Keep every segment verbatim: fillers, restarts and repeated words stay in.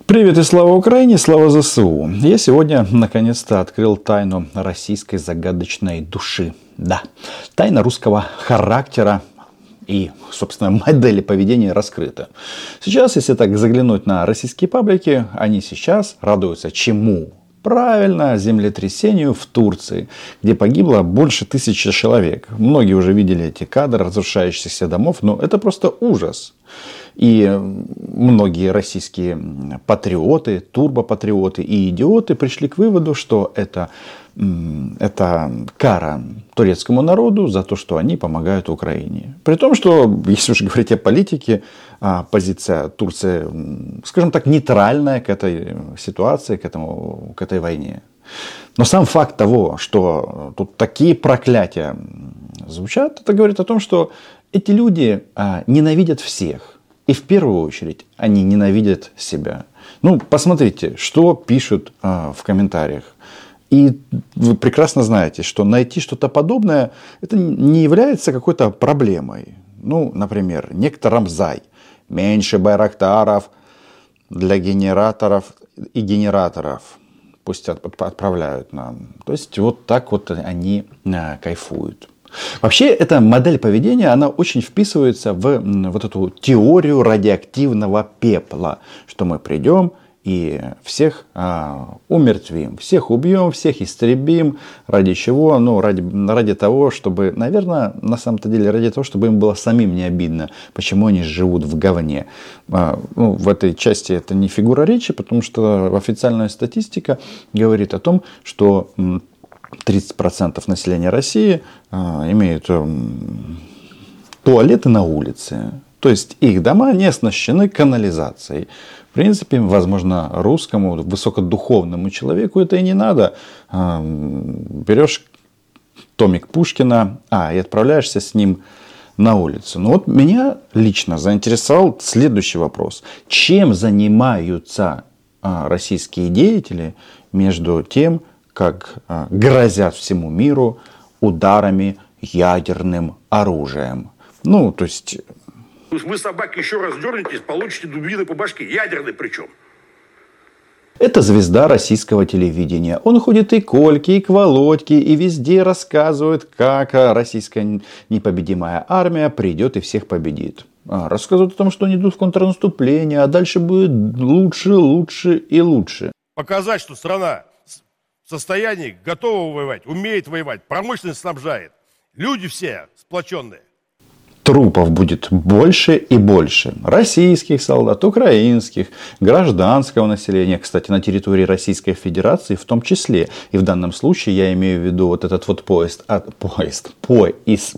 Привет и слава Украине, слава ЗСУ. Я сегодня наконец-то открыл тайну российской загадочной души. Да, тайна русского характера и, собственно, модели поведения раскрыта. Сейчас, если так заглянуть на российские паблики, они сейчас радуются чему? Правильно, землетрясению в Турции, где погибло больше тысячи человек. Многие уже видели эти кадры разрушающихся домов, но это просто ужас. И многие российские патриоты, турбопатриоты и идиоты пришли к выводу, что это, это кара турецкому народу за то, что они помогают Украине. При том, что, если уж говорить о политике, позиция Турции, скажем так, нейтральная к этой ситуации, к, этому, к этой войне. Но сам факт того, что тут такие проклятия звучат, это говорит о том, что эти люди ненавидят всех. И в первую очередь они ненавидят себя. Ну, посмотрите, что пишут а, в комментариях. И вы прекрасно знаете, что найти что-то подобное, это не является какой-то проблемой. Ну, например, некто Рамзай. Меньше байрактаров для генераторов и генераторов. Пусть отправляют нам. То есть, вот так вот они а, кайфуют. Вообще, эта модель поведения, она очень вписывается в вот эту теорию радиоактивного пепла, что мы придем и всех а, умертвим, всех убьем, всех истребим. Ради чего? Ну, ради, ради того, чтобы, наверное, на самом-то деле, ради того, чтобы им было самим не обидно, почему они живут в говне. А, ну, в этой части это не фигура речи, потому что официальная статистика говорит о том, что тридцать процентов населения России а, имеют а, туалеты на улице. То есть их дома не оснащены канализацией. В принципе, возможно, русскому, высокодуховному человеку это и не надо. А, берешь томик Пушкина а, и отправляешься с ним на улицу. Но вот меня лично заинтересовал следующий вопрос. Чем занимаются а, российские деятели между тем, как а, грозят всему миру ударами ядерным оружием? Ну, то есть... Вы, собаки, еще раз дернетесь, получите дубины по башке. Ядерный причем. Это звезда российского телевидения. Он ходит и к Ольке, и к Володьке, и везде рассказывает, как российская непобедимая армия придет и всех победит. А, рассказывает о том, что они идут в контрнаступление, а дальше будет лучше, лучше и лучше. Показать, что страна в состоянии готова воевать, умеет воевать, промышленность снабжает. Люди все сплоченные. Трупов будет больше и больше. Российских солдат, украинских, гражданского населения. Кстати, на территории Российской Федерации в том числе. И в данном случае я имею в виду вот этот вот поезд. А, поезд. Поезд.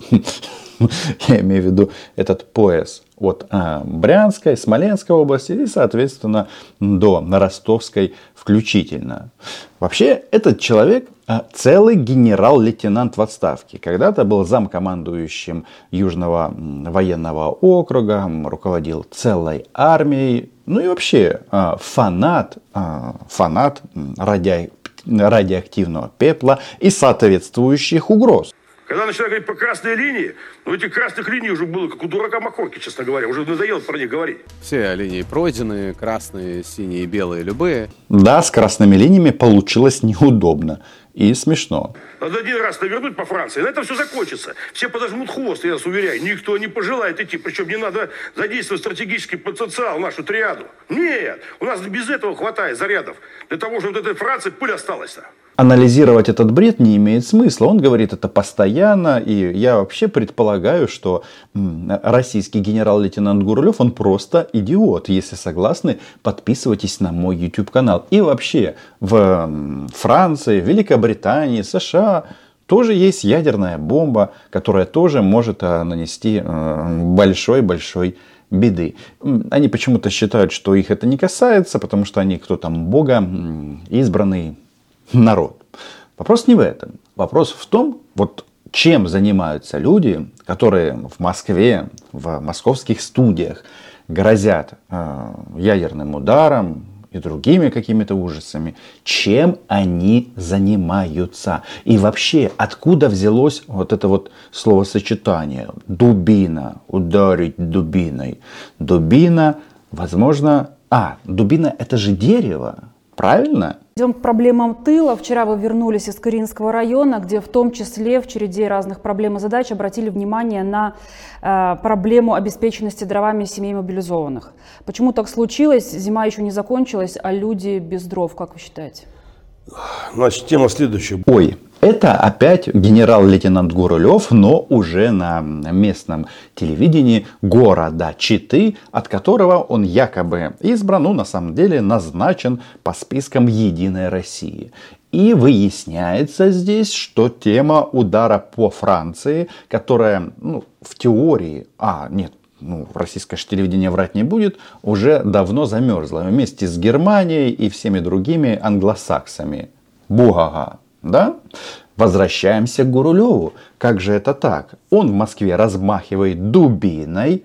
Я имею в виду этот пояс от а, Брянской, Смоленской области и, соответственно, до Ростовской включительно. Вообще, этот человек а, целый генерал-лейтенант в отставке. Когда-то был замкомандующим Южного военного округа, руководил целой армией. Ну и вообще а, фанат, а, фанат ради, радиоактивного пепла и соответствующих угроз. Когда начинают говорить про красные линии, ну этих красных линий уже было, как у дурака Махорки, честно говоря. Уже надоело про них говорить. Все линии пройдены, красные, синие, белые, любые. Да, с красными линиями получилось неудобно и смешно. Надо один раз навернуть по Франции, и на этом все закончится. Все подожмут хвост, я вас уверяю. Никто не пожелает идти. Причем не надо задействовать стратегический потенциал, нашу триаду. Нет, у нас без этого хватает зарядов. Для того, чтобы от этой Франции пыль осталась-то. Анализировать этот бред не имеет смысла. Он говорит это постоянно. И я вообще предполагаю, что российский генерал-лейтенант Гурулев, он просто идиот. Если согласны, подписывайтесь на мой YouTube канал. И вообще в Франции, Великобритании, США тоже есть ядерная бомба, которая тоже может нанести большой-большой беды. Они почему-то считают, что их это не касается, потому что они кто там, Бога избранный народ. Вопрос не в этом. Вопрос в том, вот чем занимаются люди, которые в Москве, в московских студиях грозят э, ядерным ударом и другими какими-то ужасами. Чем они занимаются? И вообще, откуда взялось вот это вот словосочетание дубина, ударить дубиной? Дубина, возможно, А, дубина это же дерево, правильно? Идем к проблемам тыла. Вчера вы вернулись из Кыринского района, где в том числе в череде разных проблем и задач обратили внимание на э, проблему обеспеченности дровами семей мобилизованных. Почему так случилось? Зима еще не закончилась, а люди без дров, как вы считаете? Значит, тема следующая. Ой, это опять генерал-лейтенант Гурулев, но уже на местном телевидении города Читы, от которого он якобы избран, ну на самом деле назначен по спискам «Единой России». И выясняется здесь, что тема удара по Франции, которая ну, в теории, а нет, ну, российское телевидение врать не будет, уже давно замерзла вместе с Германией и всеми другими англосаксами. Бугага, да? Возвращаемся к Гурулеву. Как же это так? Он в Москве размахивает дубиной,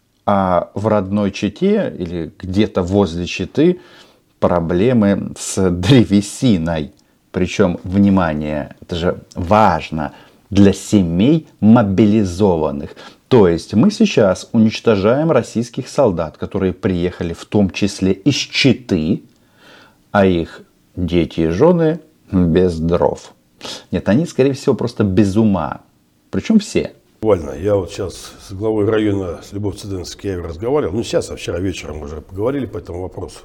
а в родной Чите или где-то возле Читы проблемы с древесиной. Причем, внимание, это же важно, для семей мобилизованных. То есть мы сейчас уничтожаем российских солдат, которые приехали в том числе из Читы, а их дети и жены без дров. Нет, они, скорее всего, просто без ума. Причем все. Буквально, я вот сейчас с главой района, с Любовью Цыденской разговаривал. Ну, сейчас, а вчера вечером уже поговорили по этому вопросу.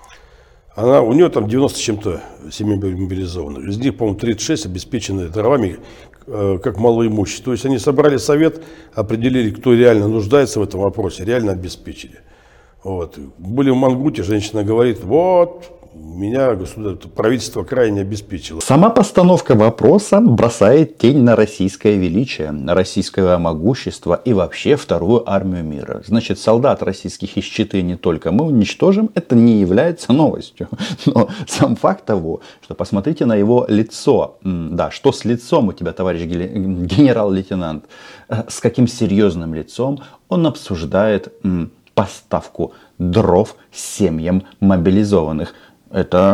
Она, у нее там девяносто с чем-то семей мобилизованных. Из них, по-моему, тридцать шесть обеспечены дровами, э, как малоимущие. То есть они собрали совет, определили, кто реально нуждается в этом вопросе, реально обеспечили. Вот. Были в Мангуте, женщина говорит, вот, меня государство, правительство крайне обеспечило. Сама постановка вопроса бросает тень на российское величие, на российское могущество и вообще вторую армию мира. Значит, солдат российских из Читы не только мы уничтожим, это не является новостью. Но сам факт того, что посмотрите на его лицо. Да, что с лицом у тебя, товарищ генерал-лейтенант? С каким серьезным лицом он обсуждает поставку дров семьям мобилизованных? Это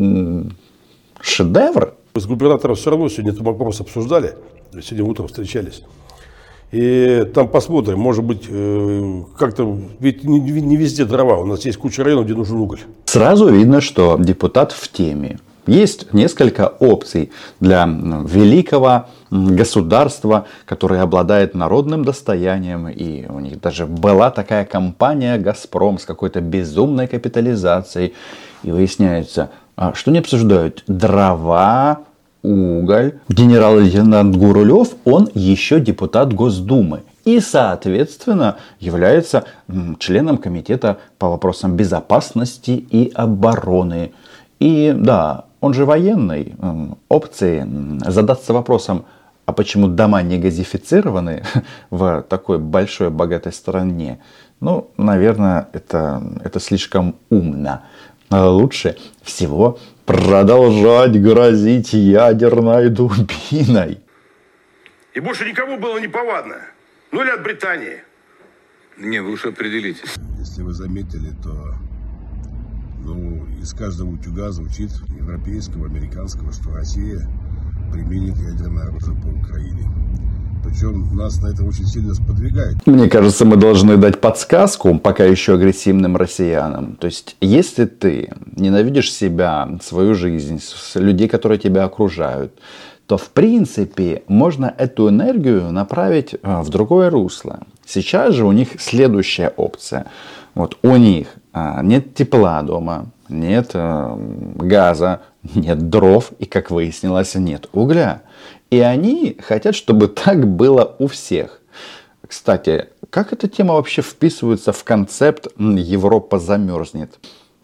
шедевр. С губернатором все равно сегодня этот вопрос обсуждали. Сегодня утром встречались. И там посмотрим, может быть, как-то, ведь не везде дрова. У нас есть куча районов, где нужен уголь. Сразу видно, что депутат в теме. Есть несколько опций для великого государства, которое обладает народным достоянием. И у них даже была такая компания «Газпром» с какой-то безумной капитализацией. И выясняется, что не обсуждают дрова, уголь. Генерал-лейтенант Гурулев, он еще депутат Госдумы. И, соответственно, является членом комитета по вопросам безопасности и обороны. И да, он же военный. Опции задаться вопросом, а почему дома не газифицированы в такой большой богатой стране? Ну, наверное, это, это слишком умно. Лучше всего продолжать грозить ядерной дубиной. И больше никому было неповадно. Ну или от Британии. Не, вы уж определитесь. Если вы заметили, то ну, из каждого утюга звучит европейского, американского, что Россия применит ядерное оружие по Украине. Причем нас на это очень сильно сподвигает. Мне кажется, мы должны дать подсказку пока еще агрессивным россиянам. То есть, если ты ненавидишь себя, свою жизнь, людей, которые тебя окружают, то, в принципе, можно эту энергию направить в другое русло. Сейчас же у них следующая опция. Вот у них нет тепла дома, нет газа, нет дров и, как выяснилось, нет угля. И они хотят, чтобы так было у всех. Кстати, как эта тема вообще вписывается в концепт «Европа замерзнет»?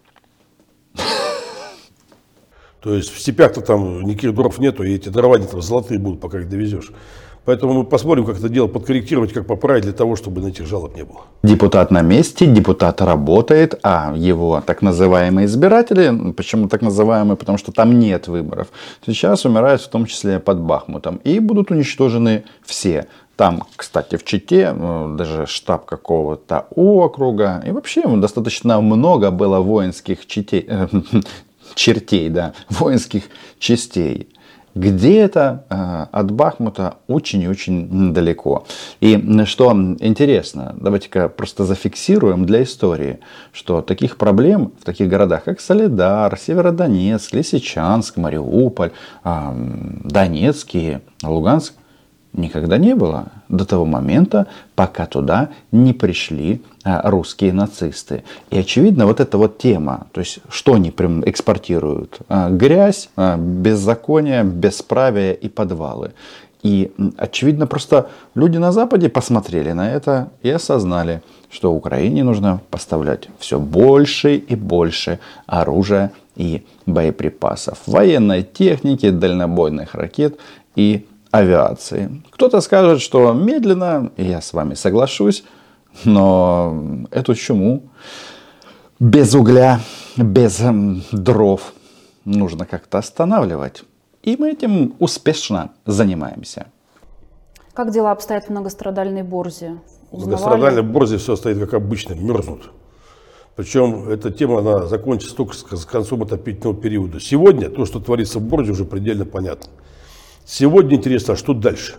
То есть в степях-то там никаких дров нету, и эти дрова там золотые будут, пока их довезешь. Поэтому мы посмотрим, как это дело подкорректировать, как поправить для того, чтобы на этих жалоб не было. Депутат на месте, депутат работает, а его так называемые избиратели, почему так называемые, потому что там нет выборов, сейчас умирают в том числе под Бахмутом. И будут уничтожены все. Там, кстати, в Чите даже штаб какого-то округа. И вообще достаточно много было воинских чертей, чертей, да, воинских частей. Где-то э, от Бахмута очень и очень далеко. И что интересно, давайте-ка просто зафиксируем для истории, что таких проблем в таких городах, как Солидар, Северодонецк, Лисичанск, Мариуполь, э, Донецк и Луганск, никогда не было до того момента, пока туда не пришли а, русские нацисты. И очевидно, вот эта вот тема, то есть что они прям экспортируют? А, грязь, а, беззаконие, бесправие и подвалы. И очевидно, просто люди на Западе посмотрели на это и осознали, что Украине нужно поставлять все больше и больше оружия и боеприпасов, военной техники, дальнобойных ракет и авиации. Кто-то скажет, что медленно, и я с вами соглашусь, но эту чуму без угля, без дров нужно как-то останавливать. И мы этим успешно занимаемся. Как дела обстоят в многострадальной Борзе? В многострадальной Борзе все стоит как обычно, мерзнут. Причем эта тема она закончится только с концом отопительного периода. Сегодня то, что творится в Борзе, уже предельно понятно. Сегодня интересно, а что дальше?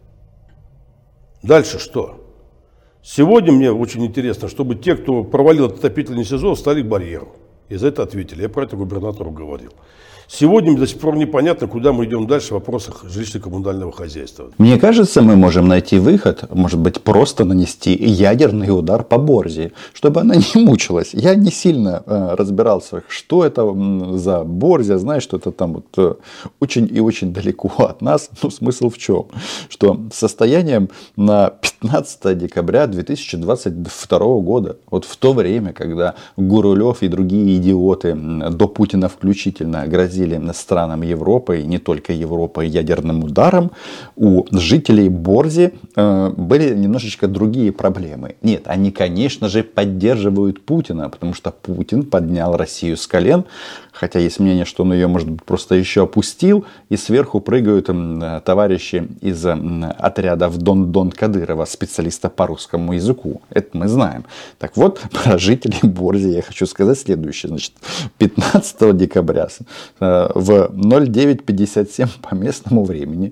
Дальше что? Сегодня мне очень интересно, чтобы те, кто провалил этот отопительный сезон, стали к барьеру. И за это ответили. Я про это губернатору говорил. Сегодня мне до сих пор непонятно, куда мы идем дальше в вопросах жилищно-коммунального хозяйства. Мне кажется, мы можем найти выход, может быть, просто нанести ядерный удар по Борзе, чтобы она не мучилась. Я не сильно э, разбирался, что это за Борзе, знаю, что это там вот, э, очень и очень далеко от нас. Ну, смысл в чем? Что состоянием на пятнадцатое декабря две тысячи двадцать второго года, вот в то время, когда Гурулев и другие идиоты, до Путина включительно, грозили странам Европы, и не только Европы, ядерным ударом, у жителей Борзи э, были немножечко другие проблемы. Нет, они, конечно же, поддерживают Путина, потому что Путин поднял Россию с колен, хотя есть мнение, что он ее, может быть, просто еще опустил, и сверху прыгают э, товарищи из э, отрядов Дон-Дон Кадырова, специалиста по русскому языку. Это мы знаем. Так вот, про жителей Борзи я хочу сказать следующее. Значит, пятнадцатого декабря в ноль девять пятьдесят семь по местному времени,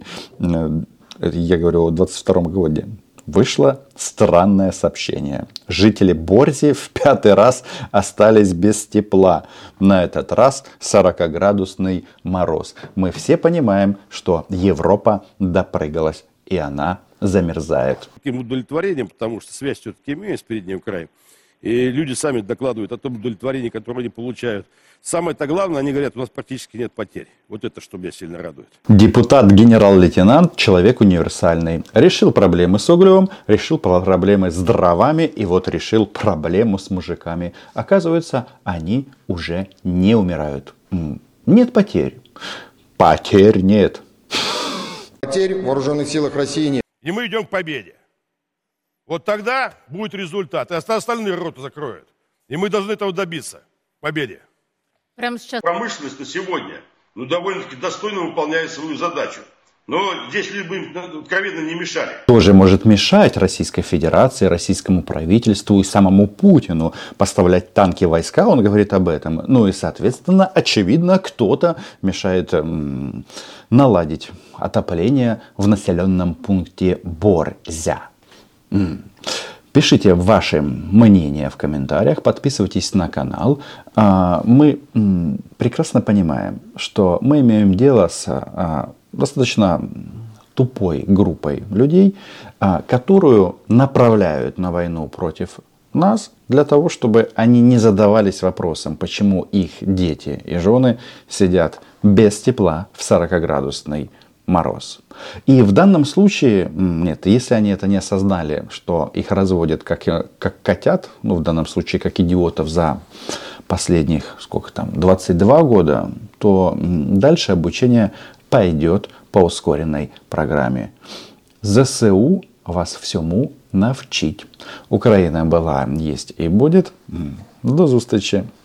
я говорю о двадцать втором году, вышло странное сообщение. Жители Борзи в пятый раз остались без тепла. На этот раз сорокаградусный мороз. Мы все понимаем, что Европа допрыгалась, и она замерзает. Таким удовлетворением, потому что связь все-таки имею с передним краем. И люди сами докладывают о том удовлетворении, которое они получают. Самое-то главное, они говорят, у нас практически нет потерь. Вот это, что меня сильно радует. Депутат, генерал-лейтенант, человек универсальный. Решил проблемы с углем, решил проблемы с дровами и вот решил проблему с мужиками. Оказывается, они уже не умирают. Нет потерь. Потерь нет. Потерь в вооруженных силах России нет. И мы идем к победе. Вот тогда будет результат. И остальные роты закроют. И мы должны этого добиться. Победе. Прямо сейчас. Промышленность на сегодня ну, довольно-таки достойно выполняет свою задачу. Но здесь лишь бы им откровенно не мешали. Тоже может мешать Российской Федерации, российскому правительству и самому Путину поставлять танки, войска. Он говорит об этом. Ну и, соответственно, очевидно, кто-то мешает м- наладить отопление в населенном пункте Борзя. М- Пишите ваше мнение в комментариях, подписывайтесь на канал. Мы прекрасно понимаем, что мы имеем дело с достаточно тупой группой людей, которую направляют на войну против нас для того, чтобы они не задавались вопросом, почему их дети и жены сидят без тепла в сорокаградусной мороз. И в данном случае, нет, если они это не осознали, что их разводят как, как котят, ну в данном случае как идиотов за последних, сколько там, двадцать два года, то дальше обучение пойдет по ускоренной программе. ЗСУ вас всему навчить. Украина была, есть и будет. До зустрічі.